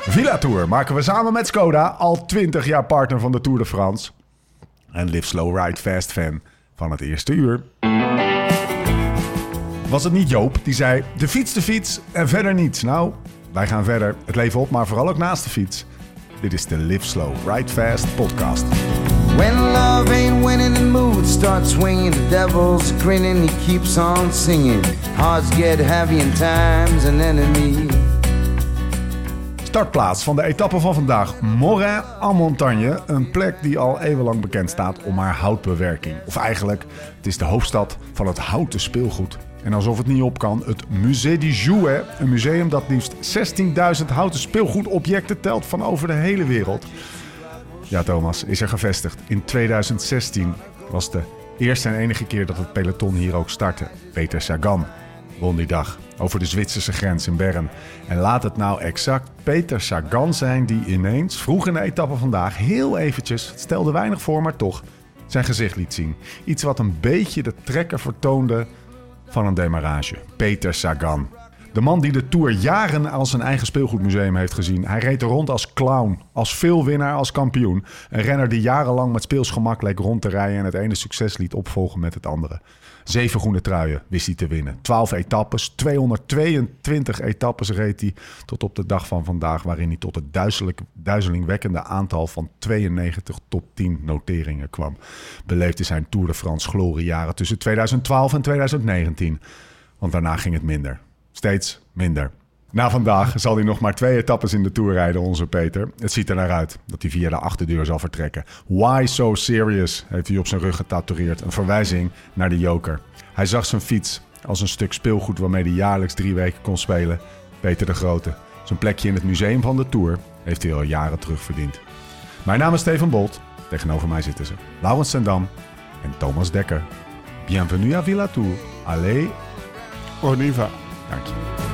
Villa Tour maken we samen met Skoda, al 20 jaar partner van de Tour de France. En Live Slow Ride Fast fan van het eerste uur. Was het niet Joop die zei, de fiets en verder niets. Nou, wij gaan verder. Het leven op, maar vooral ook naast de fiets. Dit is de Live Slow Ride Fast podcast. When love ain't winning, the mood starts swinging. The devil's grinning, he keeps on singing. Hearts get heavy and time's an enemy. Startplaats van de etappe van vandaag. Morin-en-Montagne. Een plek die al eeuwenlang bekend staat om haar houtbewerking. Of eigenlijk, het is de hoofdstad van het houten speelgoed. En alsof het niet op kan, het Musée du Jouet. Een museum dat liefst 16.000 houten speelgoedobjecten telt van over de hele wereld. Ja, Thomas, is er gevestigd. In 2016 was de eerste en enige keer dat het peloton hier ook startte. Peter Sagan won die dag over de Zwitserse grens in Bern. En laat het nou exact Peter Sagan zijn die ineens, vroeg in de etappe vandaag, heel eventjes, het stelde weinig voor, maar toch, zijn gezicht liet zien. Iets wat een beetje de trekker vertoonde van een demarrage. Peter Sagan. De man die de Tour jaren als zijn eigen speelgoedmuseum heeft gezien. Hij reed er rond als clown, als veelwinnaar, als kampioen. Een renner die jarenlang met speels gemak leek rond te rijden en het ene succes liet opvolgen met het andere. 7 groene truien wist hij te winnen. 12 etappes, 222 etappes reed hij tot op de dag van vandaag, waarin hij tot het duizelingwekkende aantal van 92 top 10 noteringen kwam. Beleefde zijn Tour de France gloriejaren tussen 2012 en 2019. Want daarna ging het minder. Steeds minder. Na vandaag zal hij nog maar 2 etappes in de Tour rijden, onze Peter. Het ziet er naar uit dat hij via de achterdeur zal vertrekken. Why so serious, heeft hij op zijn rug getatoeëerd. Een verwijzing naar de joker. Hij zag zijn fiets als een stuk speelgoed waarmee hij jaarlijks 3 weken kon spelen. Peter de Grote. Zijn plekje in het museum van de Tour heeft hij al jaren terug verdiend. Mijn naam is Steven Bolt. Tegenover mij zitten ze Laurens Sendam en Thomas Dekker. Bienvenue à Villa Tour. Allez, on y va. Dank je.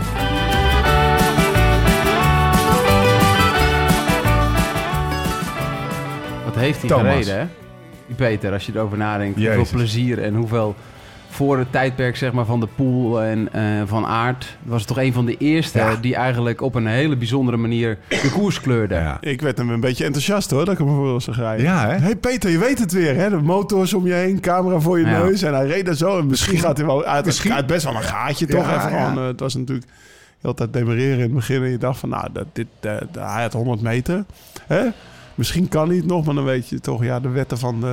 Wat heeft hij Thomas gereden, hè? Die Peter, als je erover nadenkt. Jezus. Hoeveel plezier en hoeveel voor het tijdperk zeg maar, van de Poel en van Aert. Was het toch een van de eerste die eigenlijk op een hele bijzondere manier de koers kleurde. Ja. Ik werd hem een beetje enthousiast hoor, dat ik hem voor zag rijden. Ja, hè? Hey Peter, je weet het weer hè. De motors om je heen, camera voor je neus. En hij reed er zo. En misschien gaat hij wel uit. Uit best wel een gaatje toch. Ja, Even ja. het was natuurlijk heel tijd demareren in het begin. En je dacht van nou, hij had 100 meter. Hè? Misschien kan hij het nog, maar dan weet je toch, ja, de wetten van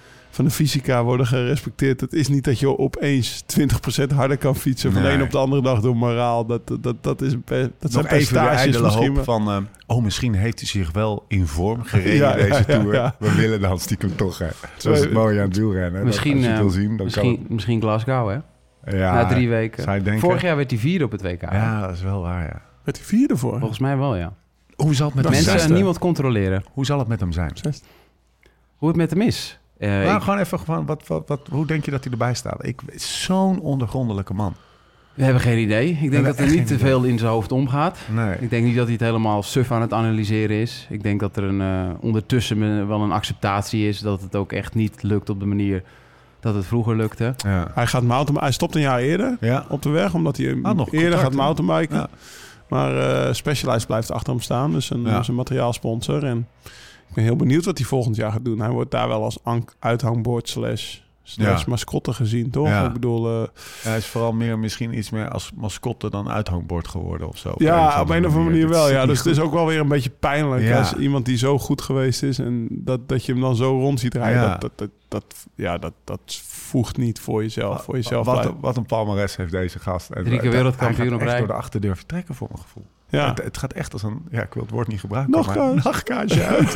de fysica worden gerespecteerd. Het is niet dat je opeens 20% harder kan fietsen van de een op de andere dag door moraal. Dat zijn Nog even de prestaties ijdele misschien. hoop van... misschien heeft hij zich wel in vorm gereden deze Tour. Ja. We willen dan stiekem toch, hè. Zoals het mooie aan het wielrennen. Misschien, als je het wil zien, dan misschien Glasgow, hè? Ja, Na 3 weken. zou je denken? Vorig jaar werd hij 4 op het WK. Ja, dat is wel waar, ja. Werd hij vierde voor? Volgens mij wel, ja. Hoe zal het met hem Mensen zijn? niemand controleren. Hoe zal het met hem zijn? Hoe het met hem is. Gewoon even, hoe denk je dat hij erbij staat? Zo'n ondergrondelijke man. We hebben geen idee. Ik denk dat er echt niet te geen veel in zijn hoofd omgaat. Nee. Ik denk niet dat hij het helemaal suf aan het analyseren is. Ik denk dat er ondertussen wel een acceptatie is dat het ook echt niet lukt op de manier dat het vroeger lukte. Ja. Hij stopt een jaar eerder op de weg, omdat hij nog eerder contract, gaat mountainbiken. Ja. Maar Specialized blijft achter hem staan, dus een materiaalsponsor. En ik ben heel benieuwd wat hij volgend jaar gaat doen. Hij wordt daar wel als uithangbord slash mascotte gezien, toch? Ja. Ik bedoel... Hij is vooral misschien iets meer als mascotte dan uithangbord geworden of zo. Ja, op een of andere manier wel. Ja. Dus het is ook ook wel weer een beetje pijnlijk. Ja. Als iemand die zo goed geweest is en dat je hem dan zo rond ziet rijden. Ja. Dat voegt niet voor jezelf. Wat een palmares heeft deze gast. En 3 keer wereldkampioen op echt rij. door de achterdeur vertrekken voor mijn gevoel. Ja. Het gaat echt als een... Ja, ik wil het woord niet gebruiken. Nachtkaas. Nachtkaasje uit.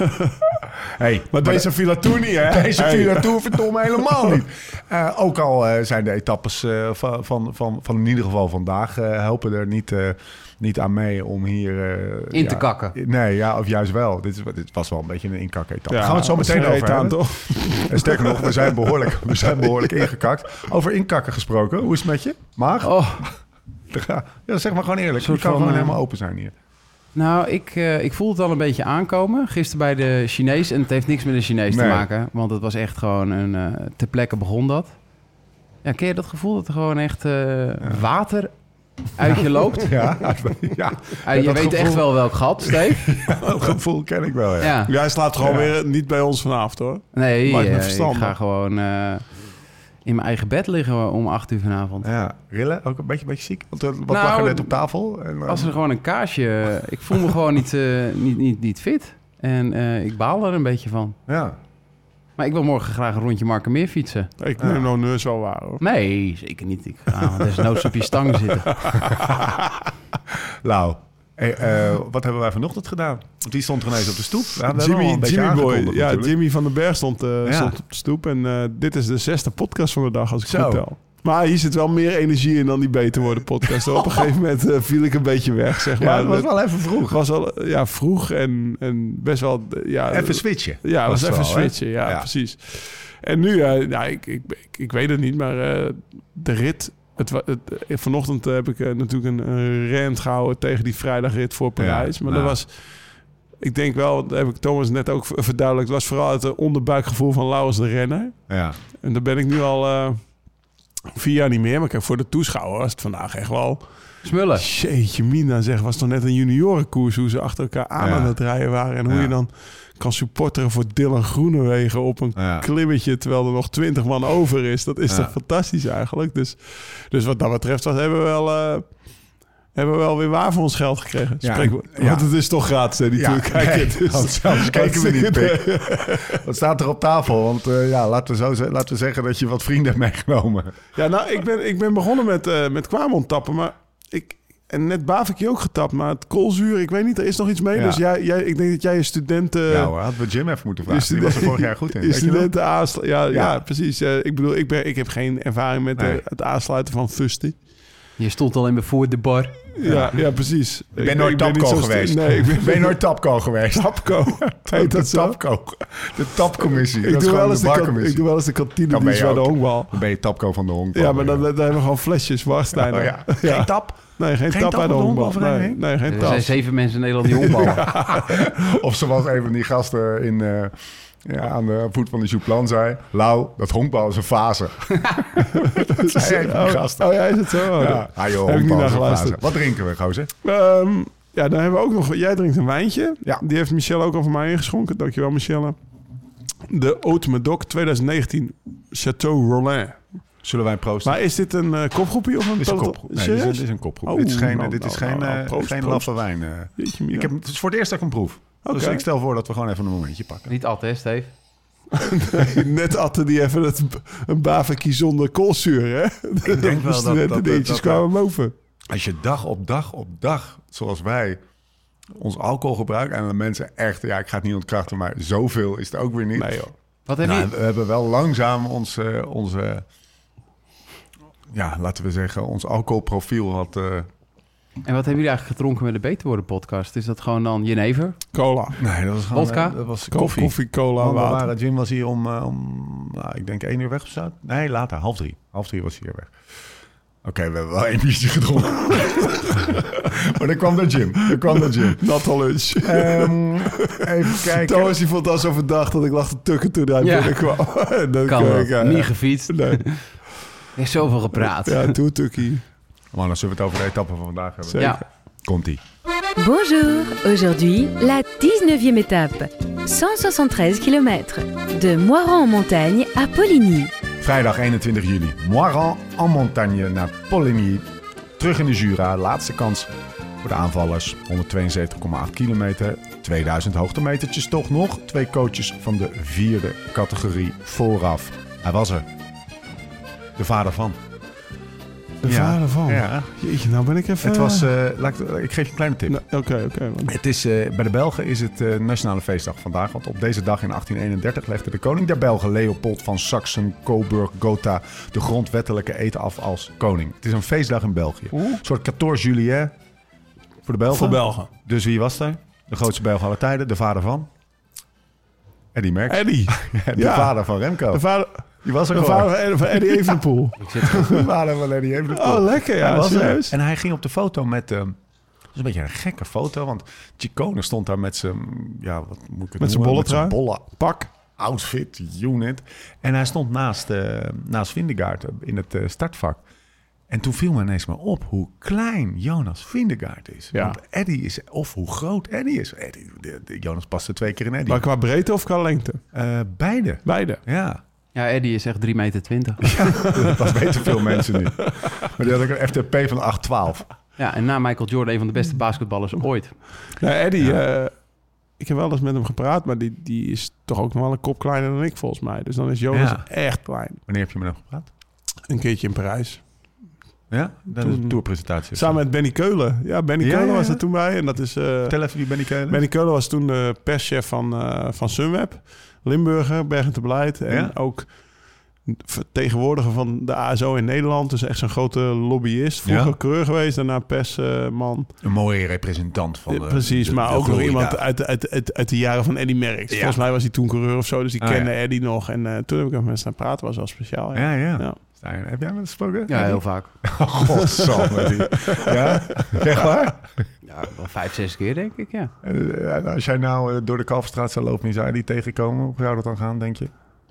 Maar deze Villa Tour niet, hè? Deze Villa Tour verdomme helemaal niet. Ook al zijn de etappes van in ieder geval vandaag... helpen er niet aan mee om hier... in te kakken. Nee, ja, of juist wel. Dit was wel een beetje een inkak-etappe. Ja, Gaan we het zo meteen over hebben. toch? En sterker nog, we zijn behoorlijk ingekakt. Over inkakken gesproken. Hoe is het met je? Maag? Oh, Ja, zeg maar gewoon eerlijk. Je Soort kan van, gewoon helemaal open zijn hier. nou, ik voel het al een beetje aankomen. Gisteren bij de Chinees. En het heeft niks met de Chinees te maken. Want het was echt gewoon ter plekke begon dat. Ja, ken je dat gevoel dat er gewoon echt water uit je loopt. Ja. Je dat weet gevoel- echt wel welk gat, Steve. Dat gevoel ken ik wel, ja. Ja. Jij slaat gewoon weer niet bij ons vanavond, hoor. Nee, Lijkt me ik verstandig. ga gewoon in mijn eigen bed liggen om 8 uur vanavond. Ja, rillen, ook een beetje ziek. Want wat Nou, lag er net op tafel? En, Als er gewoon een kaasje... ik voel me gewoon niet fit. En ik baal er een beetje van. Ja. Maar ik wil morgen graag een rondje Markermeer fietsen. Ik neem nou neus wel waar, hoor. Nee, zeker niet. Ik ga desnoods op je stang zitten. Lau, wat hebben wij vanochtend gedaan? Want die stond er ineens op de stoep. We hebben al een beetje Jimmy Boy. aangekondigd Ja, natuurlijk. Jimmy van den Berg stond Ja. op de stoep. En dit is de 6e podcast van de dag, als ik Zo. goed tel. Maar hier zit wel meer energie in dan die Beter Worden podcast. Op een gegeven moment viel ik een beetje weg, zeg maar. Ja, het was wel even vroeg. Het was wel vroeg en best wel... Even switchen. Ja, het was het even wel, hè? switchen. Ja, precies. En nu, ik weet het niet, maar de rit... vanochtend heb ik natuurlijk een rant gehouden tegen die vrijdagrit voor Parijs. Ja, maar nou. dat was... Ik denk wel, dat heb ik Thomas net ook verduidelijkt... het was vooral het onderbuikgevoel van Laurens de renner. Ja. En daar ben ik nu al 4 jaar niet meer. Maar kijk, voor de toeschouwer was het vandaag echt wel... Smullen. Jeetje mina, zeg, was toch net een juniorenkoers... hoe ze achter elkaar aan het rijden waren... en hoe je dan kan supporteren voor Dylan Groenewegen... op een klimmetje, terwijl er nog 20 man over is. Dat is toch fantastisch eigenlijk. Dus wat dat betreft hebben we wel weer waar voor ons geld gekregen. Want het is toch gratis, hè, die tour kijken. Dus anders kijken we niet, Pik. Wat staat er op tafel? Want laten we zeggen dat je wat vrienden hebt meegenomen. Ja, nou, ik ben begonnen met Kwamon tappen, maar en net Bavekje ook getapt, maar het koolzuur, ik weet niet, er is nog iets mee. Ja. Dus ik denk dat jij je studenten... Ja hoor, hadden we Jim even moeten vragen. Die was er vorig jaar goed in. Je studenten Ja. ja, precies. Ik bedoel, ik heb geen ervaring met het aansluiten van fusti. Je stond al in mijn voor de bar. Ja, precies. Ik ben nooit Tapco geweest. Nee, ik ben nooit Tapco geweest. Tapco. Heet dat zo? Tapco. De Tapcommissie. Ik doe wel eens de kantine die bij de honkbal. Dan ben je Tapco van de honkbal. Ja, maar dan hebben we gewoon flesjes Warstein. Oh, ja. Geen tap? Nee, geen tap bij de honkbal. Nee, geen tap. Er zijn 7 mensen in Nederland die honkballen. Of zoals een van die gasten aan de voet van de Jouplan zei... Lau, dat honkbal is een fase. Dat zei een van die gasten. Oh ja, is het zo? Ja, joh, heb ik niet naar fase. geluisterd. Wat drinken we, gozer? Ja, dan hebben we ook nog... Jij drinkt een wijntje. Ja. Die heeft Michelle ook al voor mij ingeschonken. Dankjewel, Michelle. De Haute Medoc 2019 Chateau Rollin. Zullen wij proosten? Maar is dit een kopgroepie of een Dit is een peloton? kopgroep. Nee, Serieus? dit is een kopgroep. Oh, dit is geen, proost, geen proost. laffe wijn. Jeetje, mina. Het is voor het eerst dat ik hem proef. Dus Oké. ik stel voor dat we gewoon even een momentje pakken. Niet altijd, Steve. Net atten die even een bavekje zonder koolzuur, hè? Ik denk wel dat dingetjes kwamen boven. als je dag op dag, zoals wij, ons alcohol gebruikt... en de mensen echt, ik ga het niet ontkrachten... maar zoveel is het ook weer niet. Nee, joh. Wat heb je? We hebben wel langzaam onze laten we zeggen, ons alcoholprofiel had... En wat hebben jullie eigenlijk gedronken met de Beter Worden podcast? Is dat gewoon dan jenever? Cola. Nee, dat was gewoon... Vodka? Dat was Koffie, cola, Want water. Jim was hier om ik denk 1 uur weg of zo. Nee, later, 2:30. 2:30 was hij hier weg. Oké, we hebben wel 1 biertje gedronken. Maar dan kwam de Jim. Natte lunch. Even kijken. Thomas die vond het al zo verdacht dat ik lag te tukken toen hij binnenkwam. Dan Kan kon wel. Niet gefietst. Nee. Er is zoveel gepraat. Ja, toen tukkie. Man, dan zullen we het over de etappe van vandaag hebben. Zeker. Ja. Komt-ie. Bonjour, aujourd'hui la 19e étape, 173 km, de Moirans en montagne à Poligny. Vrijdag 21 juli. Moirans en montagne naar Poligny. Terug in de Jura. Laatste kans voor de aanvallers. 172,8 kilometer. 2000 hoogtemetertjes toch nog. 2 coaches van de 4e categorie vooraf. Hij was er. De vader van. De vader van. Ja. Jeetje, nou ben ik even... Het was... ik geef je een kleine tip. Nou, Oké. Het is, bij de Belgen is het nationale feestdag vandaag. Want op deze dag in 1831 legde de koning der Belgen Leopold van Saxen-Coburg-Gotha de grondwettelijke eten af als koning. Het is een feestdag in België. Een soort 14 juillet voor de Belgen. Voor Belgen. Dus wie was er? De grootste Belg aller tijden, de vader van? Eddie Merckx. Eddie. De vader van Remco. De vader... Die was er De gewoon. vader van Eddie Evenepoel. De vader van Eddie Evenepoel. Oh, lekker. Ja, Hij was er. serieus. En hij ging op de foto met... dat is een beetje een gekke foto, want Ciccone stond daar met zijn... Ja, wat moet ik het Met zijn noemen? bolletrui? Met zijn bolle Pak. outfit unit. En hij stond naast Vindegaard in het startvak. En toen viel me ineens maar op hoe klein Jonas Vingegaard is. Ja. Want Eddy is, of hoe groot Eddy is. Jonas paste 2 keer in Eddy. Maar qua breedte of qua lengte? Beide. Beide. Ja. Ja, Eddy is echt 3,20 meter. Dat weten veel mensen niet. Maar die had ook een FTP van 8,12. Ja, en na Michael Jordan een van de beste basketballers ooit. Nou, Eddy, ik heb wel eens met hem gepraat, maar die is toch ook nog wel een kop kleiner dan ik volgens mij. Dus dan is Jonas echt klein. Wanneer heb je met hem gepraat? Een keertje in Parijs. Ja, dat is een tourpresentatie. Samen met Benny Keulen. Ja, Benny Keulen was er toen bij. En dat is, vertel even wie Benny Keulen is. Benny Keulen was toen perschef van Sunweb. Limburger, Bergen te Beleid. En ook vertegenwoordiger van de ASO in Nederland. Dus echt zo'n grote lobbyist. Vroeger coureur geweest, daarna persman. Een mooie representant van precies, maar ook nog iemand uit de jaren van Eddy Merckx. Ja. Volgens mij was hij toen coureur of zo, dus die kende Eddy nog. En toen heb ik hem met hem praten, was wel speciaal. Ja. Stijn, heb jij met hem gesproken? Ja, heel vaak. Godsamme. Ja? Echt waar? Ja, wel 5-6 keer denk ik, ja. Als jij nou door de Kalverstraat zou lopen en zou je die tegenkomen, hoe zou dat dan gaan, denk je?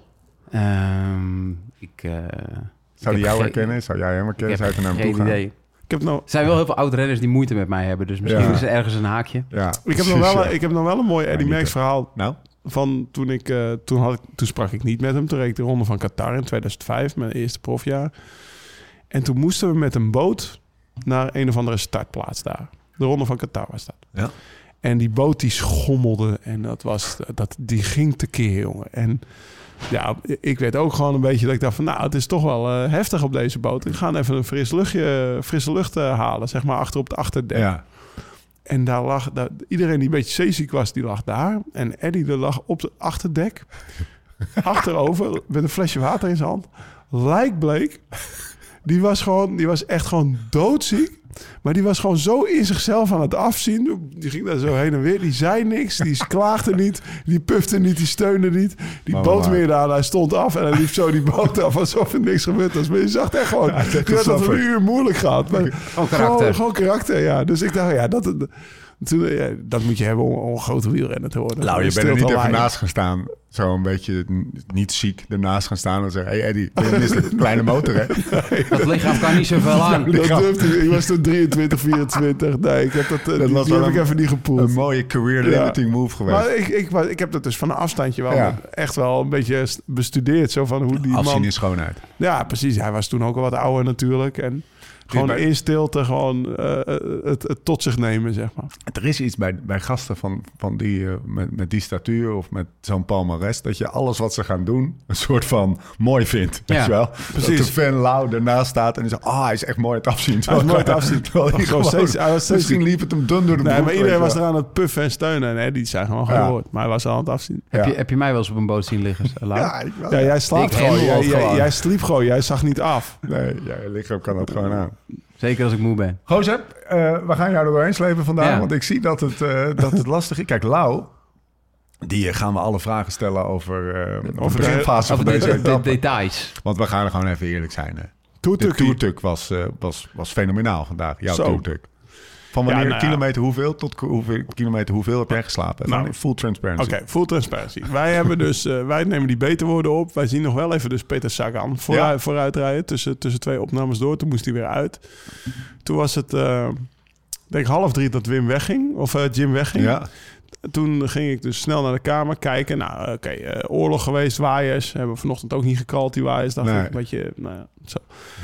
Zou die jou herkennen? Zou jij hem herkennen? Zou je naar hem toe gaan? Idee. Er zijn wel heel veel oud-renners die moeite met mij hebben. Dus misschien is er ergens een haakje. Ja. Ik heb nog wel een mooi Eddy Merckx verhaal. Nou? Van toen sprak ik niet met hem. Toen reed ik de Ronde van Qatar in 2005, mijn eerste profjaar. En toen moesten we met een boot naar een of andere startplaats daar. De Ronde van Qatar was dat. Ja. En die boot die schommelde en die ging tekeer, jongen. En ja, ik weet ook gewoon een beetje dat ik dacht van... het is toch wel heftig op deze boot. Ik ga even een frisse lucht halen, zeg maar, achter op het achterdek. Ja. En daar lag... iedereen die een beetje zeeziek was, die lag daar. En Eddy lag op het achterdek, achterover, met een flesje water in zijn hand. Lijkbleek. Die was echt gewoon doodziek. Maar die was gewoon zo in zichzelf aan het afzien. Die ging daar zo heen en weer. Die zei niks. Die klaagde niet. Die pufte niet. Die steunde niet. Die boot weer aan. Hij stond af en hij liep zo die boot af alsof er niks gebeurd was. Maar je zag echt gewoon... die had dat een uur moeilijk gehad. Gewoon karakter. Gewoon karakter, ja. Dus ik dacht, dat moet je hebben om een grote wielrenner te worden. Nou, je bent er niet even naast gaan staan. Zo een beetje niet ziek ernaast gaan staan en zeggen... Hey Eddy, dit is een kleine motor, hè? Dat lichaam kan niet zoveel aan. Dat durfde ik. Ik was toen 23, 24. Nee, ik heb die heb ik even niet gepoeld. Een mooie career-limiting move geweest. Maar ik heb dat dus van een afstandje wel echt wel een beetje bestudeerd. Zo van hoe die afzien man... in schoonheid. Ja, precies. Hij was toen ook al wat ouder natuurlijk. En gewoon in stilte gewoon het tot zich nemen, zeg maar. Er is iets bij gasten van die met die statuur of met zo'n palmares... dat je alles wat ze gaan doen een soort van mooi vindt. Weet je wel? Precies. Dat de fan Lau ernaast staat en die zegt... hij is echt mooi het afzien. Hij is mooi het afzien. Misschien liep het hem dun door de broek. Maar iedereen was er aan het puffen en steunen. En die zijn gewoon gehoord. Maar hij was aan het afzien. Heb je mij wel eens op een boot zien liggen, Lau? Ja, jij slaapt gewoon. Jij sliep gewoon. Jij zag niet af. Nee, je lichaam kan dat gewoon aan. Zeker als ik moe ben. Gozer, we gaan jou er doorheen slepen vandaag. Ja. Want ik zie dat het lastig is. Kijk, Lau, die gaan we alle vragen stellen over de beginfase van deze etappe. Details. Want we gaan er gewoon even eerlijk zijn. De toertuk was fenomenaal vandaag. Jouw toertuk. Van wanneer kilometer hoeveel tot hoeveel kilometer hoeveel heb jij geslapen? Full transparency. Oké, full transparency. Wij hebben dus, wij nemen die beterwoorden op. Wij zien nog wel even dus Peter Sagan vooruit rijden tussen 2 opnames door. Toen moest hij weer uit. Toen was het, denk ik 2:30 dat Wim wegging. Of Jim wegging. Ja. Toen ging ik dus snel naar de kamer kijken. Nou, oorlog geweest, waaiers. Hebben we vanochtend ook niet gekald, die waaiers. Dacht ik een beetje, zo.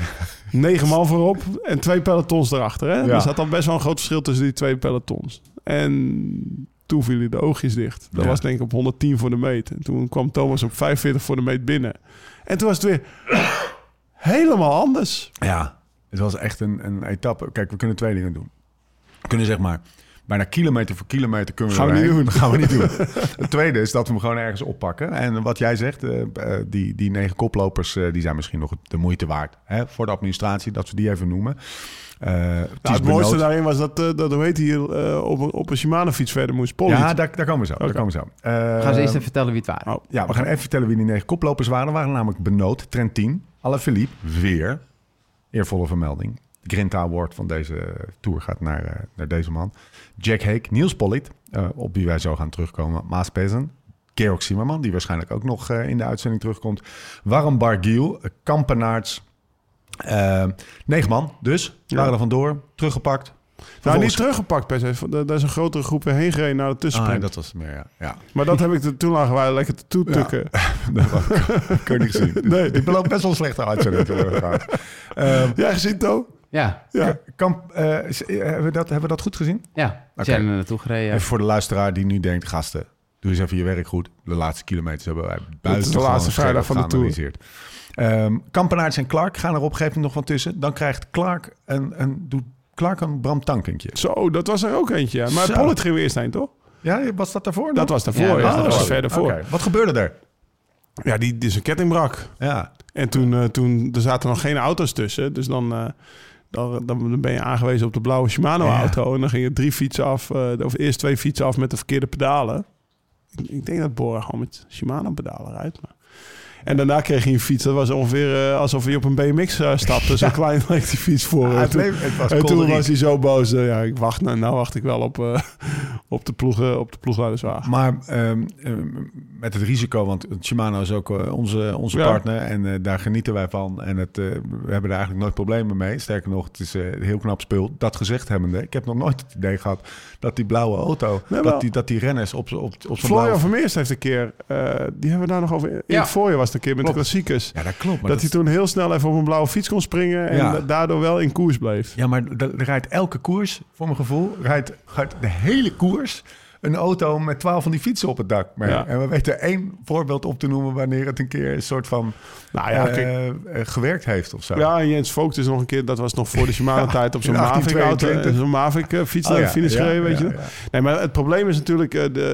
9 man voorop en 2 pelotons erachter. Hè? Ja. Er zat dan best wel een groot verschil tussen die 2 pelotons. En toen vielen de oogjes dicht. Dat was denk ik op 110 voor de meet. En toen kwam Thomas op 45 voor de meet binnen. En toen was het weer helemaal anders. Ja, het was echt een etappe. Kijk, we kunnen 2 dingen doen. We kunnen zeg maar... bijna kilometer voor kilometer kunnen we Dat gaan we niet doen. Het tweede is dat we hem gewoon ergens oppakken. En wat jij zegt, die 9 koplopers... die zijn misschien nog de moeite waard. Hè, voor de administratie, dat we die even noemen. Het mooiste daarin was dat hoe heet hij, op een Shimano-fiets verder moest. Poliet. Ja, daar komen we zo. Okay. Gaan ze eerst even vertellen wie het waren. Ja, we gaan even vertellen wie die 9 koplopers waren. Er waren namelijk Benoot, Trentin, Alaphilippe, weer. Eervolle vermelding. De Grinta Award van deze Tour gaat naar deze man. Jack Haig, Niels Pollitt, op wie wij zo gaan terugkomen. Maas Pezen, Georg Zimmerman, die waarschijnlijk ook nog in de uitzending terugkomt. Warren Barguil, Kampenaerts, 9 man dus. Waren er vandoor. Teruggepakt. Nou, niet teruggepakt per se. Daar is een grotere groep weer heen gereden naar de tussensprint. Dat was meer, ja. Maar dat heb ik toen lagen wij lekker te toetukken. Ja. Dat kun je niet zien. Nee. Ik beloof best wel slecht uit. Jij gezien, To? Ja. Hebben we dat goed gezien? Ja, Oké. zijn er naartoe gereden. Even voor de luisteraar die nu denkt... gasten, doe eens even je werk goed. De laatste kilometers hebben wij buiten de laatste vrijdag van de Tour. Kampenaerts en Clark gaan er op een gegeven moment nog van tussen. Dan krijgt Clark doet Clark een Bram Tankentje. Zo, dat was er ook eentje. Ja. Maar Pollitt ging weer eerst heen, toch? Ja, was dat daarvoor? Dat was daarvoor, ja. Dat was verder voor. Okay. Wat gebeurde er? Ja, die zijn ketting brak. Ja. En toen er zaten nog geen auto's tussen. Dus dan ben je aangewezen op de blauwe Shimano-auto. En dan gingen 3 fietsen af. Of eerst 2 fietsen af met de verkeerde pedalen. Ik denk dat Bora gewoon met Shimano-pedalen rijdt. Maar... En daarna kreeg hij een fiets. Dat was ongeveer alsof hij op een BMX stapte. Zo klein leek die fiets voor. En toen was hij zo boos. Nou wacht ik wel op de ploegleiderswagen. Maar met het risico, want Shimano is ook onze partner. En daar genieten wij van. En we hebben er eigenlijk nooit problemen mee. Sterker nog, het is heel knap spul. Dat gezegd hebbende, ik heb nog nooit het idee gehad dat die blauwe auto, dat die renners op zo'n Florian Vermeerst heeft een keer, die hebben we daar nog over. In het voorjaar was het een keer met de klassiekers. Ja, dat klopt. Dat hij toen heel snel even op een blauwe fiets kon springen en daardoor wel in koers bleef. Ja, maar er rijdt elke koers, voor mijn gevoel, rijdt de hele koers een auto met 12 van die fietsen op het dak. Ja. En we weten 1 voorbeeld op te noemen wanneer het een keer een soort van gewerkt heeft of zo. Ja, en Jens Vogt is nog een keer, dat was nog voor de Shimano-tijd op zo'n Mavic-auto, zo'n Mavic-fiets naar de finish gereden, weet je. Ja. Nee, maar het probleem is natuurlijk,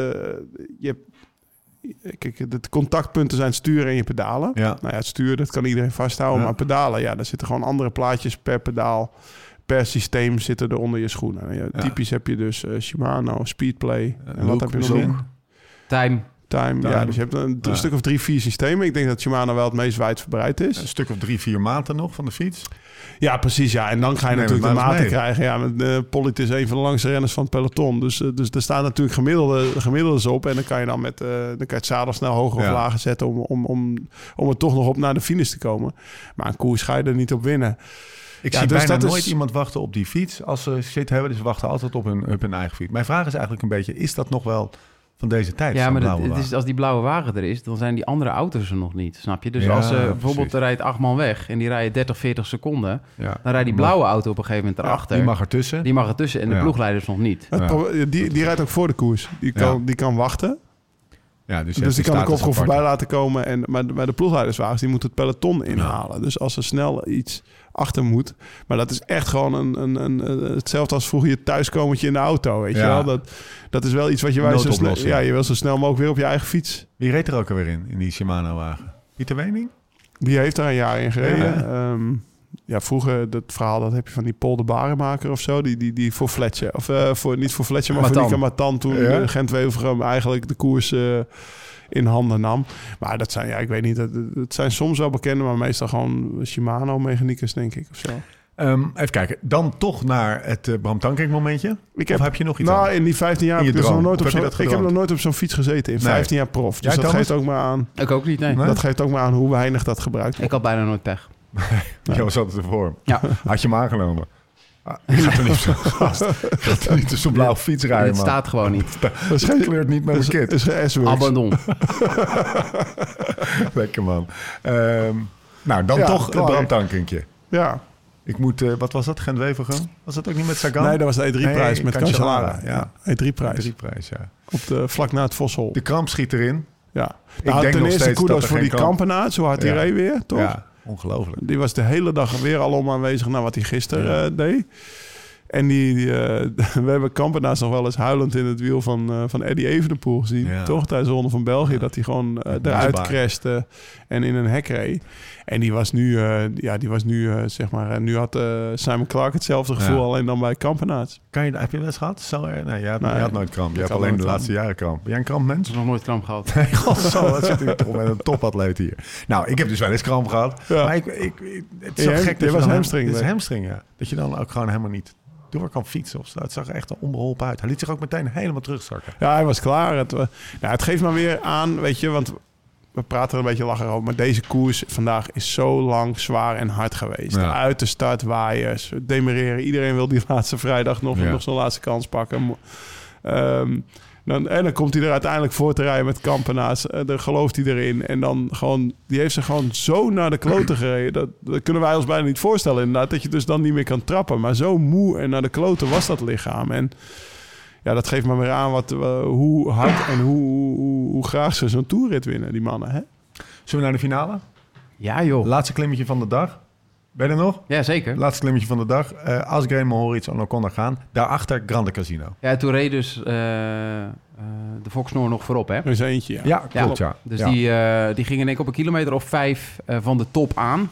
de contactpunten zijn stuur en je pedalen. Ja. Nou ja, het stuur, dat kan iedereen vasthouden. Ja. Maar pedalen, daar zitten gewoon andere plaatjes per pedaal. Per systeem zitten er onder je schoenen. Ja, typisch heb je dus Shimano, Speedplay. En wat heb je nog meer? Time. Ja, dus je hebt een stuk of 3-4 systemen. Ik denk dat Shimano wel het meest wijdverbreid is. Een stuk of 3-4 maten nog van de fiets. Ja, precies. Ja. En dan ga je natuurlijk de maten krijgen. Ja, Pollitt is een van de langste renners van het peloton. Dus er staan natuurlijk gemiddeldes op. En dan kan je dan dan kan je het zadel snel hoger of lager zetten om er toch nog op naar de finish te komen. Maar een koers ga je er niet op winnen. Ik zie bijna nooit iemand wachten op die fiets als ze shit hebben. Dus ze wachten altijd op hun eigen fiets. Mijn vraag is eigenlijk een beetje, is dat nog wel van deze tijd? Ja, maar het is, als die blauwe wagen er is, dan zijn die andere auto's er nog niet, snap je? Dus als bijvoorbeeld er rijdt 8 man weg en die rijden 30, 40 seconden... dan rijdt die blauwe auto op een gegeven moment erachter. Die mag ertussen. En de ploegleiders nog niet. Die rijdt ook voor de koers. Die kan wachten. Ja, dus die kan de kopgroep voorbij laten komen. Maar de ploegleiderswagens die moeten het peloton inhalen. Dus als er snel iets achter moet. Maar dat is echt gewoon hetzelfde als vroeger je thuiskomertje in de auto. Weet je wel? Dat is wel iets wat je je wil zo snel mogelijk weer op je eigen fiets. Wie reed er ook alweer in die Shimano-wagen? Pieter Wening? Die heeft daar een jaar in gereden. Ja, vroeger, dat verhaal, dat heb je van die Paul de Baremaker of zo. Die voor Fletcher. Of niet voor Fletcher, maar voor Nico Matan. Toen Gent-Wevelgem eigenlijk de koers in handen nam. Maar dat zijn, ik weet niet, het zijn soms wel bekende, maar meestal gewoon Shimano-mechaniekers, denk ik, of zo. Even kijken. Dan toch naar het Bram Tankink momentje. Heb je nog iets in die 15 jaar heb ik nog nooit op zo'n fiets gezeten. In 15 jaar prof. Dus dat geeft ook maar aan... Ik ook niet, nee. Dat geeft ook maar aan hoe weinig dat gebruikt wordt. Ik had bijna nooit pech. Nee. was altijd ervoor. Ja. Had je hem aangenomen? Ik gaat er niet op zo'n blauwe fiets rijden, het staat gewoon niet. Dat kleurt niet met een kit. Het is geen S-Works. Abandon. Lekker, man. Toch het Bram Tankinkje. Ja. Ik moet, wat was dat? Gent-Wevelgem? Was dat ook niet met Sagan? Nee, dat was de E3-prijs met Cancellara. Ja, E3-prijs. Ja. Vlak na het Voshol. De kramp schiet erin. Ja. Ik denk ten eerste kudos voor die Kampenaerts. Zo hard die reed weer, toch? Ja, ongelooflijk. Die was de hele dag weer alom aanwezig naar wat hij gisteren deed. En we hebben Kampenaerts nog wel eens huilend in het wiel van Eddie Evenepoel gezien. Ja. Toch? Tijdens de Ronde van België. Dat hij gewoon eruit crashte en in een hek reed. En die was nu, zeg maar... Nu had Simon Clark hetzelfde gevoel, alleen dan bij Kampenaerts. Heb je wel eens gehad? Nee, je had nooit kramp. Je hebt alleen de laatste jaren kramp. Ben jij een krampmens? Ik heb nog nooit kramp gehad. Nee, dat zit hier toch met een topatleet hier. Nou, ik heb dus wel eens kramp gehad. Ja. Maar het is zo gek. Dat was hamstring. Het is hamstring, ja. Dat je dan ook gewoon helemaal niet door kan fietsen of zo. Het zag er echt onbeholpen uit. Hij liet zich ook meteen helemaal terugzakken. Ja, hij was klaar. Het geeft maar weer aan, weet je, want we praten er een beetje lachen over, maar deze koers vandaag is zo lang, zwaar en hard geweest. Ja. Uit de start waaiers, demereren. Iedereen wil die laatste vrijdag nog zo'n laatste kans pakken. Dan komt hij er uiteindelijk voor te rijden met Kampenaars. Dan gelooft hij erin. En dan gewoon, die heeft zich gewoon zo naar de kloten gereden. Dat kunnen wij ons bijna niet voorstellen inderdaad. Dat je dus dan niet meer kan trappen. Maar zo moe en naar de kloten was dat lichaam. En ja, dat geeft maar weer aan hoe hard en hoe graag ze zo'n toerrit winnen, die mannen. Hè? Zullen we naar de finale? Ja, joh. Laatste klimmetje van de dag. Ben je er nog? Ja, zeker. Laatste klimmetje van de dag. Asgreen, Mohoric en O'Connor gaan. Daarachter Grande Casino. Ja, toen reed dus de Foxnoor nog voorop, hè? Er is eentje, ja. Ja, klopt, ja. Dus ja. die gingen denk ik op een kilometer of 5 van de top aan.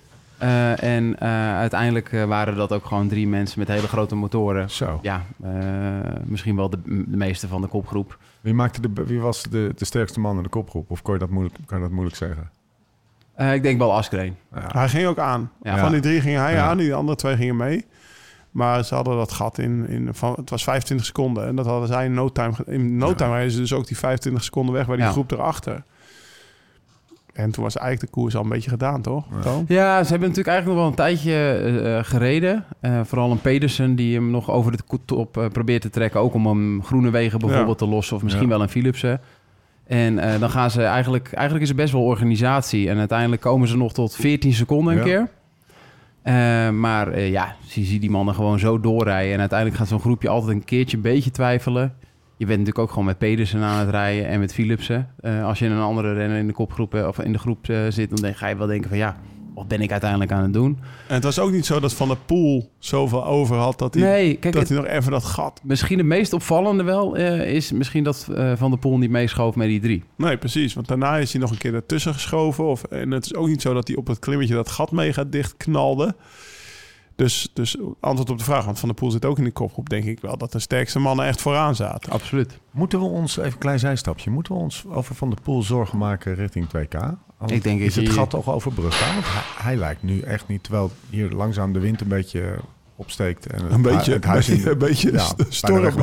En uiteindelijk waren dat ook gewoon 3 mensen met hele grote motoren. Zo. Ja, misschien wel de meeste van de kopgroep. Wie was de sterkste man in de kopgroep? Of kan je dat moeilijk zeggen? Ik denk wel Asgreen. Ja. Hij ging ook aan. Ja. Van die 3 ging hij Ja. aan, die andere 2 gingen mee. Maar ze hadden dat gat het was 25 seconden. En dat hadden zij in no time. In no time reden ze dus ook die 25 seconden weg bij die groep erachter. En toen was eigenlijk de koers al een beetje gedaan, toch? Ja. Ja, ze hebben natuurlijk eigenlijk nog wel een tijdje gereden. Vooral een Pedersen die hem nog over de top probeert te trekken. Ook om hem Groenewegen bijvoorbeeld te lossen. Of misschien wel een Philipsen. En dan gaan ze eigenlijk is het best wel organisatie. En uiteindelijk komen ze nog tot 14 seconden een keer. Maar je ziet die mannen gewoon zo doorrijden. En uiteindelijk gaat zo'n groepje altijd een keertje een beetje twijfelen. Je bent natuurlijk ook gewoon met Pedersen aan het rijden en met Philipsen. Als je in een andere renner in de kopgroep of in de groep zit, dan ga je wel denken van ja, wat ben ik uiteindelijk aan het doen? En het was ook niet zo dat Van der Poel zoveel over had dat hij, Nee, kijk, hij nog even dat gat... Misschien het meest opvallende wel is misschien dat Van der Poel niet meeschoof met die 3. Nee, precies. Want daarna is hij nog een keer ertussen geschoven. En het is ook niet zo dat hij op het klimmetje dat gat mega dicht knalde. Dus antwoord op de vraag, want Van der Poel zit ook in de kopgroep, denk ik wel dat de sterkste mannen echt vooraan zaten. Absoluut. Moeten we ons, even een klein zijstapje, moeten we ons over Van der Poel zorgen maken richting 2K? Ik denk is het gat toch overbrugbaar? Want hij lijkt nu echt niet, terwijl hier langzaam de wind een beetje opsteekt. En Een beetje storm.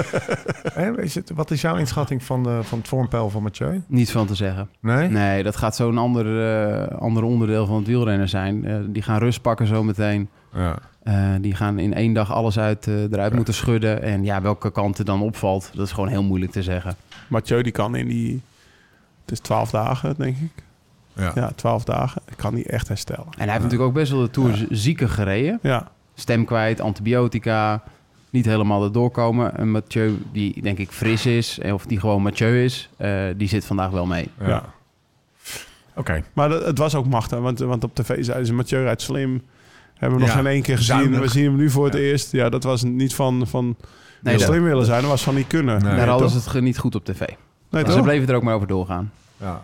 Wat is jouw inschatting van het vormpeil van Mathieu? Niets van te zeggen. Nee? Nee, dat gaat zo'n ander onderdeel van het wielrennen zijn. Die gaan rust pakken zometeen. Ja. Die gaan in 1 dag alles eruit moeten schudden. En ja, welke kant er dan opvalt, dat is gewoon heel moeilijk te zeggen. Mathieu die kan in die... Het is 12 dagen, denk ik. Ja, 12 dagen. Ik kan die echt herstellen. En hij heeft natuurlijk ook best wel de Tour zieken gereden. Ja. Stem kwijt, antibiotica, niet helemaal erdoor komen. Een Mathieu die denk ik fris is, of die gewoon Mathieu is, die zit vandaag wel mee. Ja. Oké. Maar het was ook machtig, want op tv zeiden ze Mathieu rijdt slim. Hebben we nog geen 1 keer gezien. Zuinig. We zien hem nu voor het eerst. Ja, dat was niet van Nee, slim willen zijn. Dat was van niet kunnen. Nee. daar hadden toch? ze het niet goed op tv. Nee, Dus toch? ze bleven er ook maar over doorgaan. Ja.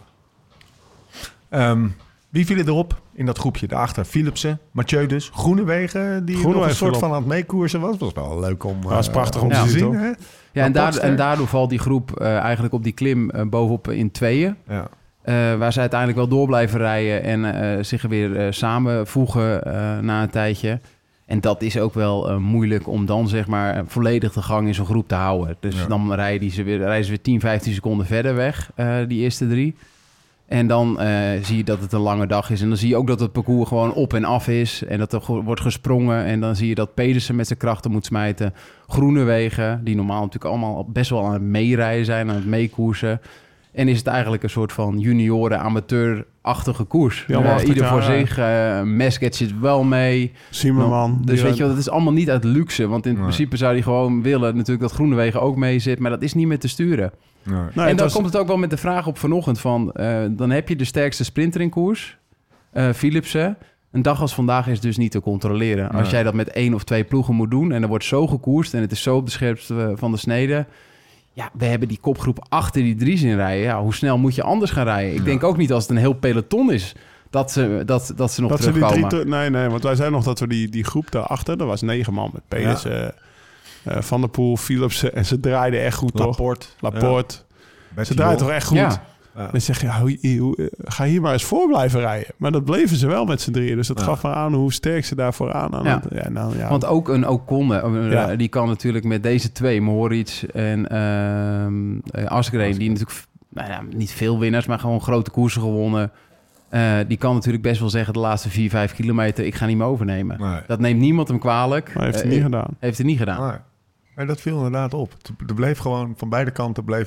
Wie vielen erop in dat groepje? Daarachter Philipsen, Mathieu dus, Groenewegen, die nog een soort van aan het meekoersen was. Dat was wel leuk om was prachtig om te te zien, zien. toch? Hè? Ja, en daardoor valt die groep eigenlijk op die klim bovenop in tweeën. Ja. Waar ze uiteindelijk wel door blijven rijden en zich weer samenvoegen na een tijdje. En dat is ook wel moeilijk om dan zeg maar volledig de gang in zo'n groep te houden. Dus dan rijden ze weer 10, 15 seconden verder weg, die eerste 3. En dan zie je dat het een lange dag is. En dan zie je ook dat het parcours gewoon op en af is. En dat er wordt gesprongen. En dan zie je dat Pedersen met zijn krachten moet smijten. Groenewegen, die normaal natuurlijk allemaal best wel aan het meerijden zijn, aan het meekoersen. En is het eigenlijk een soort van junioren-amateur-achtige koers. Ieder voor zich. Mesket zit wel mee. Zimmerman. Dus weet je wel, dat is allemaal niet uit luxe. Want in principe zou hij gewoon willen natuurlijk dat Groenewegen ook mee zit. Maar dat is niet meer te sturen. Nee. En dan komt het ook wel met de vraag op vanochtend van... dan heb je de sterkste sprinter in koers, Philipsen. Een dag als vandaag is dus niet te controleren. Als jij dat met 1 of 2 ploegen moet doen... en er wordt zo gekoerst en het is zo op de scherpste van de snede... Ja, we hebben die kopgroep achter die 3 zien rijden. Ja, hoe snel moet je anders gaan rijden? Ik denk ook niet als het een heel peloton is... dat ze nog terugkomen. Nee, want wij zeiden nog dat we die groep daarachter... er was 9 man met Pedersen, Van der Poel, Philipsen... en ze draaiden echt goed, Laporte. Ja. Ze draaien toch echt goed? Ja. Dan zeg je, ga hier maar eens voor blijven rijden. Maar dat bleven ze wel met z'n 3. Dus dat gaf maar aan hoe sterk ze daar vooraan aan. Want ook een Ocon, die kan natuurlijk met deze 2, Mohoric en Asgreen... die natuurlijk nou ja, niet veel winnaars, maar gewoon grote koersen gewonnen. Die kan natuurlijk best wel zeggen de laatste 4-5 kilometer, ik ga niet meer overnemen. Nee. Dat neemt niemand hem kwalijk. Maar heeft het niet gedaan. Heeft het niet gedaan. Nee. Maar dat viel inderdaad op. Er bleef gewoon van beide kanten de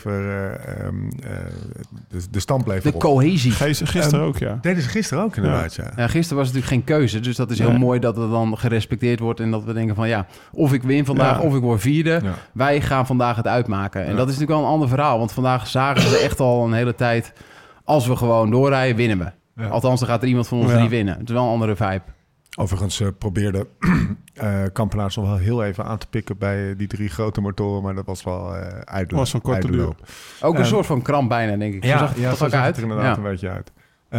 stand bleef De erop. cohesie. Gisteren ook, ja. Deden ze gisteren ook inderdaad, ja. Ja, gisteren was het natuurlijk geen keuze. Dus dat is heel mooi dat het dan gerespecteerd wordt. En dat we denken van ja, of ik win vandaag of ik word vierde. Ja. Wij gaan vandaag het uitmaken. En dat is natuurlijk wel een ander verhaal. Want vandaag zagen we echt al een hele tijd, als we gewoon doorrijden, winnen we. Ja. Althans, dan gaat er iemand van ons niet winnen. Het is wel een andere vibe. Overigens probeerde Kampenaerts nog wel heel even aan te pikken bij die 3 grote motoren, maar dat was wel was een korte duur. Ook een soort van kramp bijna, denk ik. Ja, zo zag het er inderdaad een beetje uit.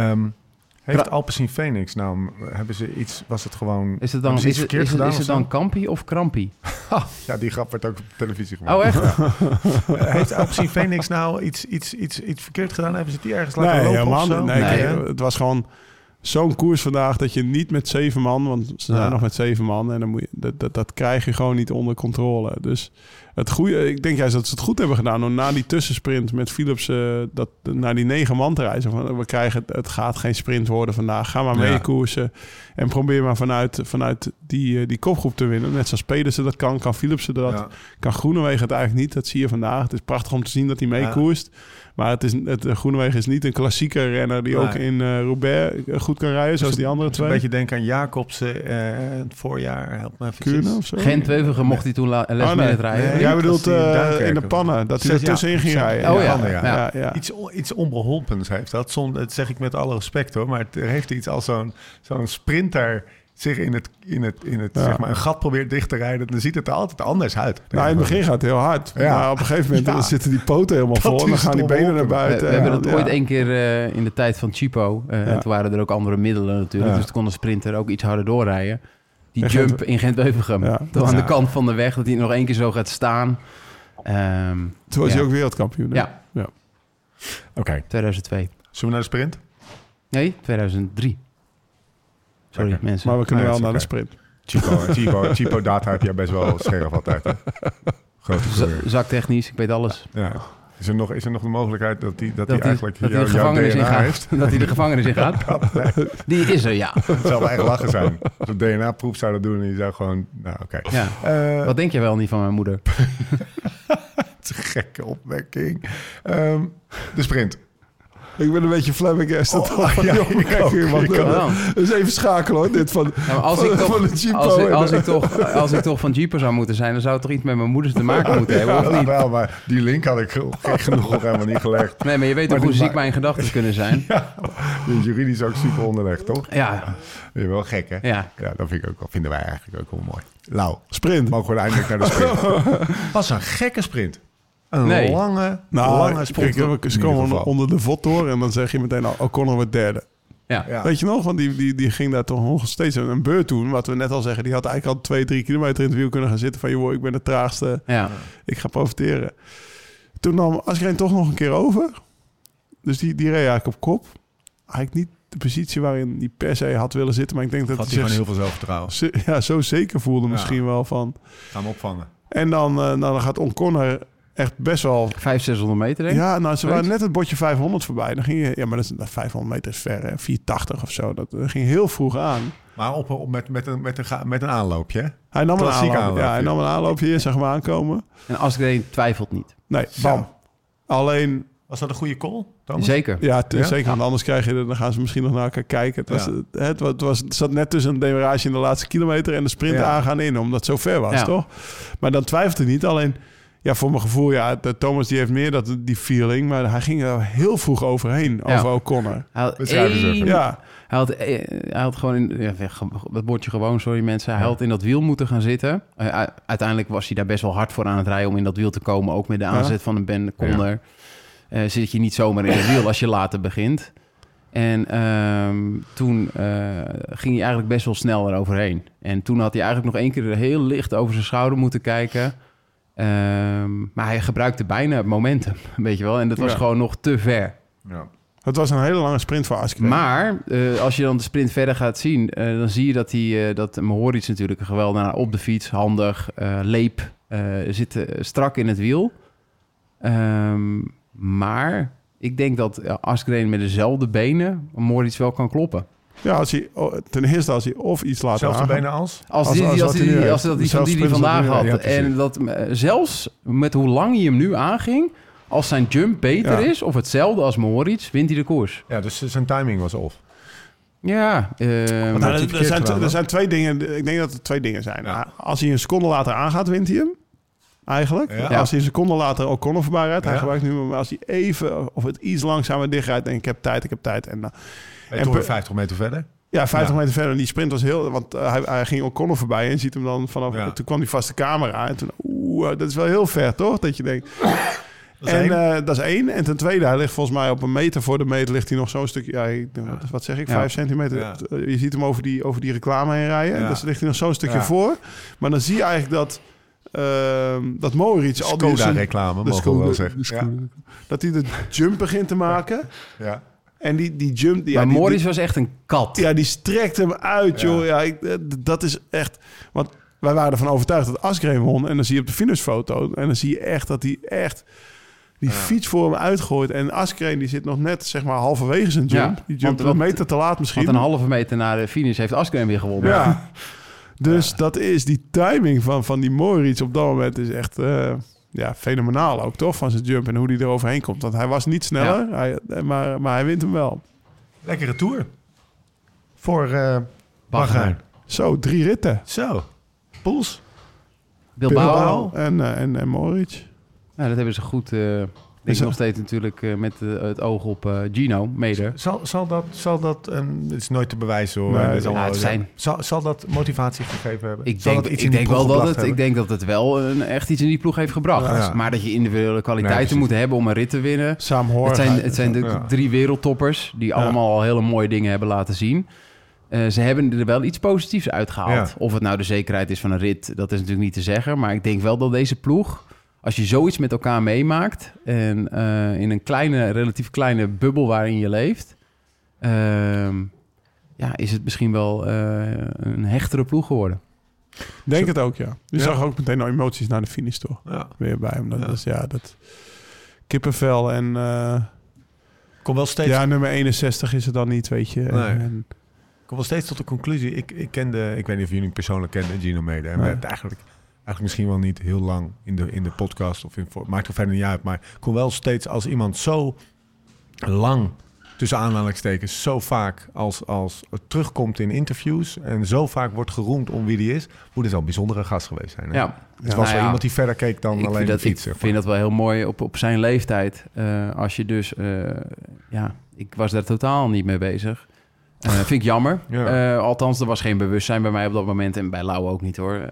Heeft Alpecin Phoenix nou, hebben ze iets, was het gewoon... Is het dan, is het dan Kampie of Krampie? Ja, die grap werd ook op televisie gemaakt. Oh, echt? Ja. Heeft Alpecin Phoenix nou iets verkeerd gedaan? Hebben ze die ergens laten lopen of zo? Nee, het was gewoon zo'n koers vandaag dat je niet met 7 man, want ze zijn nog met 7 man en dan moet je, dat krijg je gewoon niet onder controle. Dus het goede, ik denk juist dat ze het goed hebben gedaan door na die tussensprint met Philips naar die 9 man te reizen. We krijgen het gaat geen sprint worden vandaag. Ga maar mee koersen en probeer maar vanuit die kopgroep te winnen. Net zoals Pedersen dat kan Philipsen dat, kan Groenewegen het eigenlijk niet. Dat zie je vandaag. Het is prachtig om te zien dat hij meekoerst. Maar Groenewegen is niet een klassieke renner die ook in Roubaix goed kan rijden, zoals die andere 2. Een beetje denken aan Jacobsen het voorjaar. Help me even. Gent-Wevelgem mocht hij toen last-minute rijden. Nee, jij bedoelt in de pannen, dat hij er tussenin ging rijden. Oh ja. Iets onbeholpens heeft dat. Dat zeg ik met alle respect hoor. Maar het heeft iets als zo'n sprinter zich in het zeg maar een gat probeert dicht te rijden, dan ziet het er altijd anders uit. Nou, in het begin gaat het heel hard. Ja. Maar op een gegeven moment dan zitten die poten helemaal vol en dan gaan die benen naar buiten. We hebben dat ooit één keer in de tijd van Chipo. En toen waren er ook andere middelen natuurlijk. Dus toen kon de sprinter ook iets harder doorrijden. Die jump in Gent-Wevelgem. Aan de kant van de weg, dat hij nog één keer zo gaat staan. Toen was hij ook wereldkampioen. Ja. Oké. 2002. Zullen we naar de sprint? Nee, 2003. Sorry, mensen. Maar we kunnen wel naar de sprint. Chipo data heb jij best wel scherp altijd. Hè? Zaktechnisch, ik weet alles. Ja. Is er nog de mogelijkheid dat hij eigenlijk jouw DNA heeft? Dat hij de gevangenis in gaat? Die is er, ja. Het zou wel echt lachen zijn. Als een DNA-proef zouden doen en je zou gewoon... Nou, oké. Ja. Wat denk je wel niet van mijn moeder? Het is een gekke opmerking. De sprint. Ik ben een beetje flabbergasted van die opmerking. Dus even schakelen hoor, dit van de Jeepo. Als ik toch van Jeepo zou moeten zijn, dan zou het toch iets met mijn moeder te maken moeten hebben, of niet? Wel, maar die link had ik gek genoeg nog helemaal niet gelegd. Nee, maar je weet toch hoe ziek mijn gedachten kunnen zijn? Ja, juridisch ook super onderlegd, toch? Ja. Je bent wel gek, hè? Ja. Dat vinden wij eigenlijk ook wel mooi. Lau. Sprint. Mogen we eindelijk naar de sprint. Was een gekke sprint. Een lange sprint. Ze komen onder de vod door en dan zeg je meteen O'Connor wordt derde. Ja. Weet je nog? Want die ging daar toch nog steeds een beurt doen. Wat we net al zeggen. Die had eigenlijk al 2-3 kilometer in het wiel kunnen gaan zitten. Van joh, ik ben de traagste. Ja. Ik ga profiteren. Toen nam Asgreen toch nog een keer over. Dus die reed eigenlijk op kop. Eigenlijk niet de positie waarin hij per se had willen zitten. Maar ik denk dat hij gewoon heel veel zelfvertrouwen. Zo zeker voelde misschien wel van. Ga hem opvangen. En dan gaat O'Connor echt best wel... 500-600 meter, denk ik. Ja, nou, ze waren net het bordje 500 voorbij. Dan ging je... Ja, maar dat 500 meter is ver, hè? 480 of zo. Dat ging heel vroeg aan. Maar met een aanloopje, hè? Hij nam een aanloopje. Ja, hij nam een aanloopje. Je zag hem aankomen. En Asgreen twijfelt niet. Nee, bam. Ja. Alleen... Was dat een goede call, Thomas? Zeker. Ja, zeker. Want anders dan gaan ze misschien nog naar elkaar kijken. Het zat net tussen een demarage in de laatste kilometer en de sprint aangaan in, omdat het zo ver was, toch? Maar dan twijfelt hij niet. Alleen... Ja, voor mijn gevoel, Thomas die heeft meer die feeling. Maar hij ging er heel vroeg overheen, over O'Connor. Hij had gewoon dat bordje gewoon, sorry mensen. Hij had in dat wiel moeten gaan zitten. Uiteindelijk was hij daar best wel hard voor aan het rijden om in dat wiel te komen. Ook met de aanzet van een Ben Conner. Zit je niet zomaar in het wiel als je later begint. En toen ging hij eigenlijk best wel snel eroverheen. En toen had hij eigenlijk nog één keer heel licht over zijn schouder moeten kijken... maar hij gebruikte bijna het momentum, weet je wel. En dat was gewoon nog te ver. Ja. Het was een hele lange sprint voor Asgreen. Maar als je dan de sprint verder gaat zien... dan zie je dat Mohoric natuurlijk geweldig op de fiets, handig, leep, zit strak in het wiel. Maar Ik denk dat Asgreen met dezelfde benen Moritz wel kan kloppen. Ja, ten eerste als hij of iets later Zelfde aangaat. benen als? Als die vandaag had. Ja, en dat zelfs met hoe lang hij hem nu aanging... als zijn jump beter is of hetzelfde als Moritz... wint hij de koers. Ja, dus zijn timing was off. Ja. Er zijn 2 dingen. Ik denk dat er 2 dingen zijn. Ja. Als hij een seconde later aangaat, wint hij hem. Eigenlijk. Ja. Als hij een seconde later ook O'Connor voorbij rijdt. Hij gebruikt nu, maar als hij even of het iets langzamer dichtrijdt... denk ik heb tijd. En 50 meter verder? Ja, 50 meter verder. En die sprint was heel... Want hij ging O'Connor voorbij en je ziet hem dan vanaf... Ja. Toen kwam die vaste camera en toen... dat is wel heel ver, toch? Dat je denkt... Dat is 1. En ten tweede, hij ligt volgens mij op een meter voor de meter... ligt hij nog zo'n stukje... wat zeg ik? 5 centimeter. Ja. Je ziet hem over die reclame heen rijden. Ja. Dus ligt hij nog zo'n stukje voor. Maar dan zie je eigenlijk dat Moritz... al die Skoda-reclame, mogen we wel zeggen. Dat hij de jump begint te maken. Ja. En die jump... Maar Moritz was echt een kat. Ja, die strekt hem uit, joh. Ja, dat is echt... Want wij waren ervan overtuigd dat Asgreen won. En dan zie je op de finishfoto... en dan zie je echt dat hij echt... die fiets voor hem uitgooit. En Asgreen die zit nog net, zeg maar, halverwege zijn jump. Die jumpt een meter te laat misschien. Want een halve meter na de finish heeft Asgreen weer gewonnen. Ja. Dus dat is die timing van die Moritz op dat moment is echt... fenomenaal ook, toch? Van zijn jump en hoe hij er overheen komt. Want hij was niet sneller, maar hij wint hem wel. Lekkere tour. Voor Bahrein. Zo, 3 ritten. Zo. Poels. Bilbao. En Moritz. Nou, dat hebben ze goed... denk nog steeds natuurlijk met het oog op Gino Meder. Zal dat het is nooit te bewijzen hoor. Nee, zal dat motivatie gegeven hebben? Ik denk dat het wel echt iets in die ploeg heeft gebracht. Ja. Maar dat je individuele kwaliteiten moet hebben om een rit te winnen. Het zijn de 3 wereldtoppers die allemaal al hele mooie dingen hebben laten zien. Ze hebben er wel iets positiefs uitgehaald. Ja. Of het nou de zekerheid is van een rit, dat is natuurlijk niet te zeggen. Maar ik denk wel dat deze ploeg... Als je zoiets met elkaar meemaakt en in een relatief kleine bubbel waarin je leeft, is het misschien wel een hechtere ploeg geworden. Denk het ook, ja. Je zag ook meteen nou emoties naar de finish, toch? Ja. Weer bij hem. Dat kippenvel en... Kom wel steeds... Ja, nummer 61 is het dan niet, weet je. Nee. Kom wel steeds tot de conclusie. Ik weet niet of jullie persoonlijk kenden, Gino Meder. En we hebben eigenlijk misschien wel niet heel lang in de podcast of maakt er verder niet uit. Maar ik kom wel steeds als iemand zo lang, tussen aanhalingstekens, zo vaak als het terugkomt in interviews en zo vaak wordt geroemd om wie die is, moet het wel een bijzondere gast geweest zijn. Hè? Ja. Het was wel iemand die verder keek dan alleen de fiets. Ik vind dat wel heel mooi op zijn leeftijd. Als je dus... ik was daar totaal niet mee bezig. Vind ik jammer. Ja. Althans, er was geen bewustzijn bij mij op dat moment en bij Lau ook niet hoor.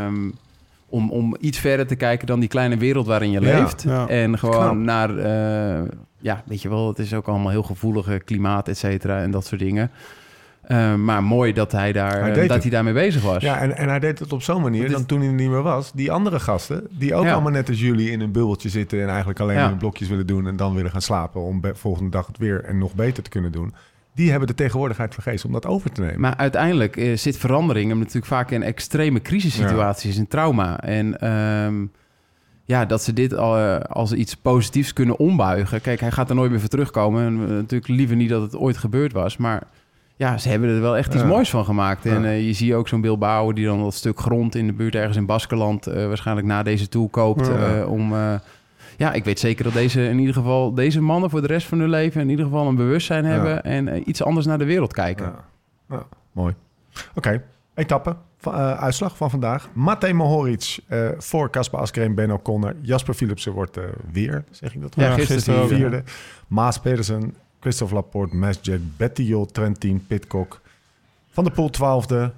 Om iets verder te kijken dan die kleine wereld waarin je leeft. Ja. En gewoon naar... weet je wel, het is ook allemaal heel gevoelige klimaat, et cetera, en dat soort dingen. Maar mooi dat hij daarmee bezig was. Ja, en hij deed het op zo'n manier dan toen hij er niet meer was. Die andere gasten, die ook allemaal net als jullie in een bubbeltje zitten en eigenlijk alleen hun blokjes willen doen en dan willen gaan slapen om volgende dag het weer en nog beter te kunnen doen. Die hebben de tegenwoordigheid vergeten om dat over te nemen. Maar uiteindelijk zit verandering hem natuurlijk vaak in extreme crisissituaties en trauma. En dat ze dit als iets positiefs kunnen ombuigen. Kijk, hij gaat er nooit meer voor terugkomen. En natuurlijk liever niet dat het ooit gebeurd was. Maar ja, ze hebben er wel echt iets moois van gemaakt. En je ziet ook zo'n Bilbao die dan dat stuk grond in de buurt ergens in Baskeland waarschijnlijk na deze tour koopt om... ik weet zeker dat deze mannen voor de rest van hun leven in ieder geval een bewustzijn hebben en iets anders naar de wereld kijken. Ja, mooi. Oké, etappe. Uitslag van vandaag. Matej Mohoric voor Kasper Asgreen, Ben O'Connor. Jasper Philipsen wordt weer, zeg ik dat wel? Ja, gisteren vierde. Maas Pedersen, Christophe Laporte, Mesjek, Bettiol, Trentin, Pidcock. Van der Poel 12e.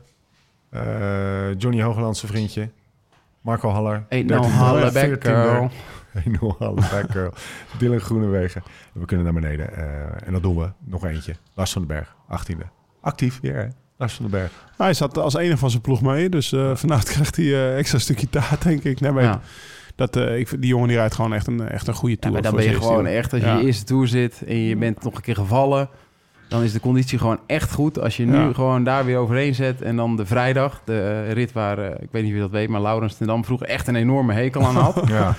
Johnny Hogelandse vriendje. Marco Haller. 1-0 Halleback girl. 1-0 Halleback girl. Dylan Groenewegen. We kunnen naar beneden. En dat doen we. Nog eentje. Lars van den Berg, 18e. Actief weer, hè? Lars van den Berg. Hij zat als enige van zijn ploeg mee. Dus vanavond krijgt hij extra stukje taart, denk ik. Nee, maar die jongen die rijdt gewoon echt een goede tour. Ja, maar dan ben je gewoon echt, als je in je eerste tour zit en je bent nog een keer gevallen. Dan is de conditie gewoon echt goed. Als je nu gewoon daar weer overheen zet. En dan de vrijdag, de rit waar, ik weet niet wie dat weet... maar Laurens ten Dam vroeger echt een enorme hekel aan had. Ja.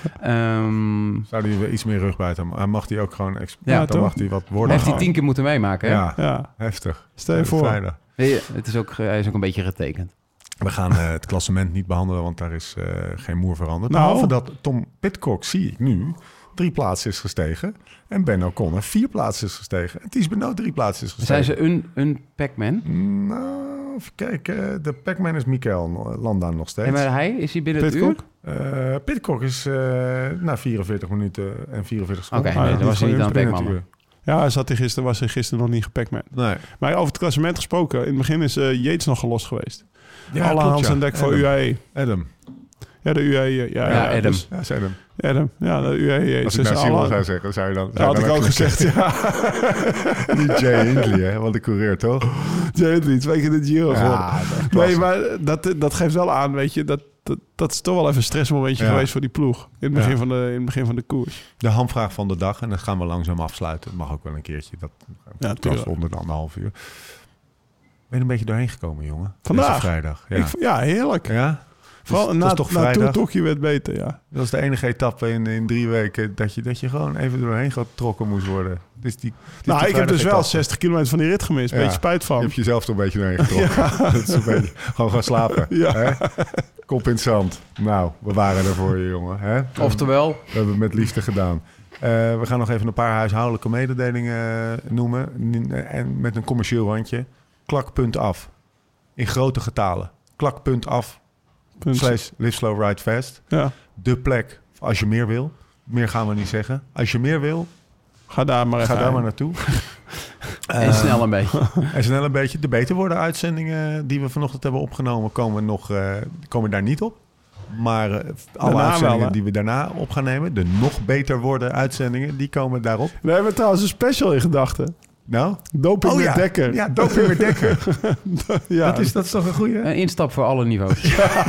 Zou hij iets meer rugbuit hebben? Mag hij ook gewoon... dan mag hij wat worden. Heeft hij 10 keer moeten meemaken, hè? Ja. Heftig. Stel je voor. Vrijdag. Hij is ook een beetje getekend. We gaan het klassement niet behandelen, want daar is geen moer veranderd. Behalve dat Tom Pidcock, zie ik nu, 3 plaatsen is gestegen. En Ben O'Connor 4 plaatsen is gestegen. En Thies Benoot 3 plaatsen is gestegen. Zijn ze een Pac-Man? Nou, even kijken. De Pac-Man is Mikael Landa nog steeds. En maar is hij binnen Pidcock? het uur? Pidcock is na 44 minuten en 44 seconden. Oké, dan was hij niet aan het Pac-Man. Ja, was hij gisteren nog niet gepackt. Nee. Maar over het klassement gesproken. In het begin is Yates nog gelost geweest. Ja, alle hands aan dek voor UAE. Adam. Ja, de UAE. Adam. Dus, Ja, zei Adam. Adam. Ja, de UAE. Als ik naar Simon zou zeggen, zou je dan... Dat had ik ook gezegd, ja. Niet Jay Hindley, hè? Want de coureur, toch? Jay Hindley, 2 keer de Giro gewonnen. Nee, maar dat geeft wel aan, weet je... Dat is toch wel even een stressmomentje geweest voor die ploeg. In het begin van de koers. De hamvraag van de dag. En dan gaan we langzaam afsluiten. Het mag ook wel een keertje. Dat kost onder de 1,5 uur. Ben je een beetje doorheen gekomen, jongen? Vandaag? Deze vrijdag. Ja, Heerlijk. Ja? Vooral na Tokyo werd beter, ja. Dat was de enige etappe in 3 weken dat je gewoon even doorheen getrokken moest worden. Dus ik heb dus wel 60 kilometer van die rit gemist. Beetje spijt van. Je hebt jezelf toch een beetje doorheen getrokken. Dat is een beetje, gewoon gaan slapen. Ja. Hè? Kop in het zand. Nou, we waren er voor je, jongen. Hè? Oftewel? We hebben het met liefde gedaan. We gaan nog even een paar huishoudelijke mededelingen noemen. En met een commercieel randje. Klak.af. af. In grote getalen. Klak.af. /Live Slow Ride Fast. Ja. De plek als je meer wil. Meer gaan we niet zeggen. Als je meer wil, ga daar maar naartoe. En snel een beetje. En snel een beetje. De beter worden uitzendingen die we vanochtend hebben opgenomen komen daar niet op. Maar alle uitzendingen die we daarna op gaan nemen, de nog beter worden uitzendingen, die komen daarop. We hebben trouwens een special in gedachten. Nou? Doping met Dekker. Ja, Doping met Dekker. Dat is toch een goeie? Een instap voor alle niveaus.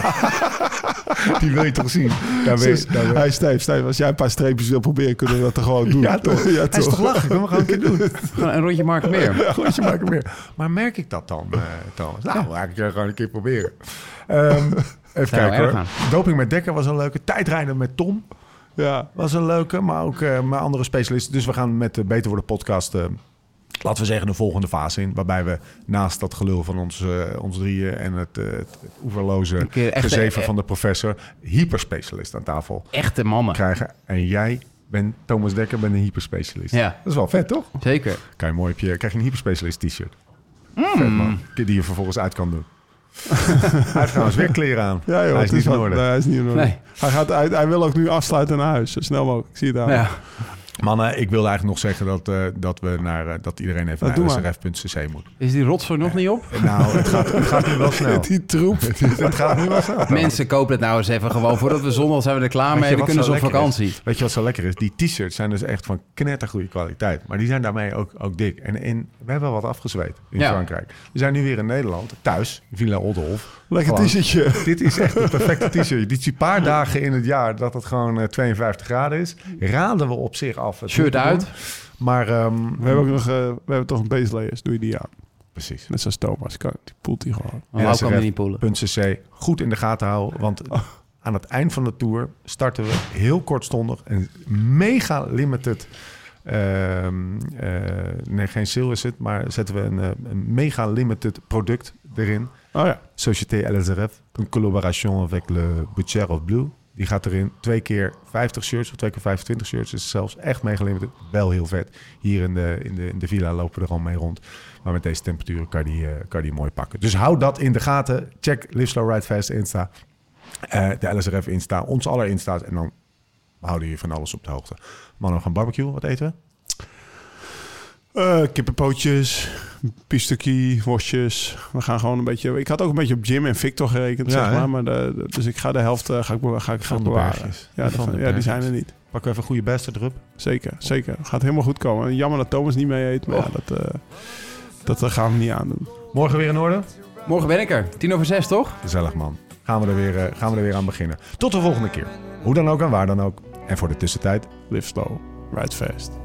Die wil je toch zien? Hij Stijf, als jij een paar streepjes wil proberen, kunnen we dat er gewoon doen. Ja, toch? Hij is toch lachen? Kunnen we gewoon een keer doen. Gewoon een rondje Markenmeer. Ja, een rondje Markenmeer. Maar merk ik dat dan, Thomas? Nou, ga ik gewoon een keer proberen. Even kijken hoor. Doping met Dekker was een leuke. Tijdrijden met Tom was een leuke. Maar ook met andere specialisten. Dus we gaan met de Beter Worden podcast... laten we zeggen de volgende fase in. Waarbij we naast dat gelul van ons drieën... en het oeverloze gezeven van de professor... hyperspecialist aan tafel echte mannen krijgen. En jij bent, Thomas Dekker, bent een hyperspecialist. Ja. Dat is wel vet, toch? Zeker. Krijg je een hyperspecialist t-shirt. Vet, man. Die je vervolgens uit kan doen. Hij heeft trouwens weer kleren aan. Ja, joh, hij is niet in orde. Nee, hij is niet in orde. Nee. Hij wil ook nu afsluiten naar huis. Zo snel mogelijk. Ik zie het aan. Ja. Mannen, ik wilde eigenlijk nog zeggen dat iedereen even naar srf.cc moet. Is die rotzooi nog niet op? Nou, het gaat nu wel snel. Die troep. Het gaat nu wel snel. Mensen kopen het nou eens even gewoon. Voordat we zondag zijn we er klaar mee. Dan kunnen ze op vakantie. Weet je wat zo lekker is? Die t-shirts zijn dus echt van knettergoede kwaliteit. Maar die zijn daarmee ook dik. En we hebben wel wat afgezweet in Frankrijk. We zijn nu weer in Nederland. Thuis, Villa Oldenhof. Lekker t-shirtje. Dit is echt een perfecte t-shirt. Dit is een paar dagen in het jaar dat het gewoon 52 graden is. Raden we op zich af. Shirt uit. Maar we hebben ook nog we hebben toch een base layers. Doe je die aan. Precies. Net zoals Thomas. Die poelt die gewoon. Hoe kan die niet poelen? .cc. Goed in de gaten houden. Want aan het eind van de tour starten we heel kortstondig een mega limited... nee, geen sale is het, maar zetten we een mega limited product erin. Oh ja. Société LSRF, een collaboration avec le Butcher of Blue. Die gaat erin 2 keer 50 shirts of 2 keer 25 shirts. Is zelfs echt mega limited. Wel heel vet. Hier in de villa lopen we er al mee rond. Maar met deze temperaturen kan je die mooi pakken. Dus hou dat in de gaten. Check Live Slow Ride Fast Insta. De LSRF Insta. Ons aller Insta's. En dan houden je van alles op de hoogte. Mannen, we gaan barbecue. Wat eten we? Kippenpootjes, biefstukkie, worstjes. We gaan gewoon een beetje... Ik had ook een beetje op Jim en Victor gerekend, zeg maar. Dus ik ga de helft ga ik bewaren. Ja, die zijn er niet. Pakken we even een goede beste erop. Zeker. Gaat helemaal goed komen. Jammer dat Thomas niet mee eet, maar dat gaan we niet aandoen. Morgen weer in orde? Morgen ben ik er. 5:10, toch? Gezellig, man. Gaan we er weer aan beginnen. Tot de volgende keer. Hoe dan ook en waar dan ook. En voor de tussentijd, live slow, ride fast.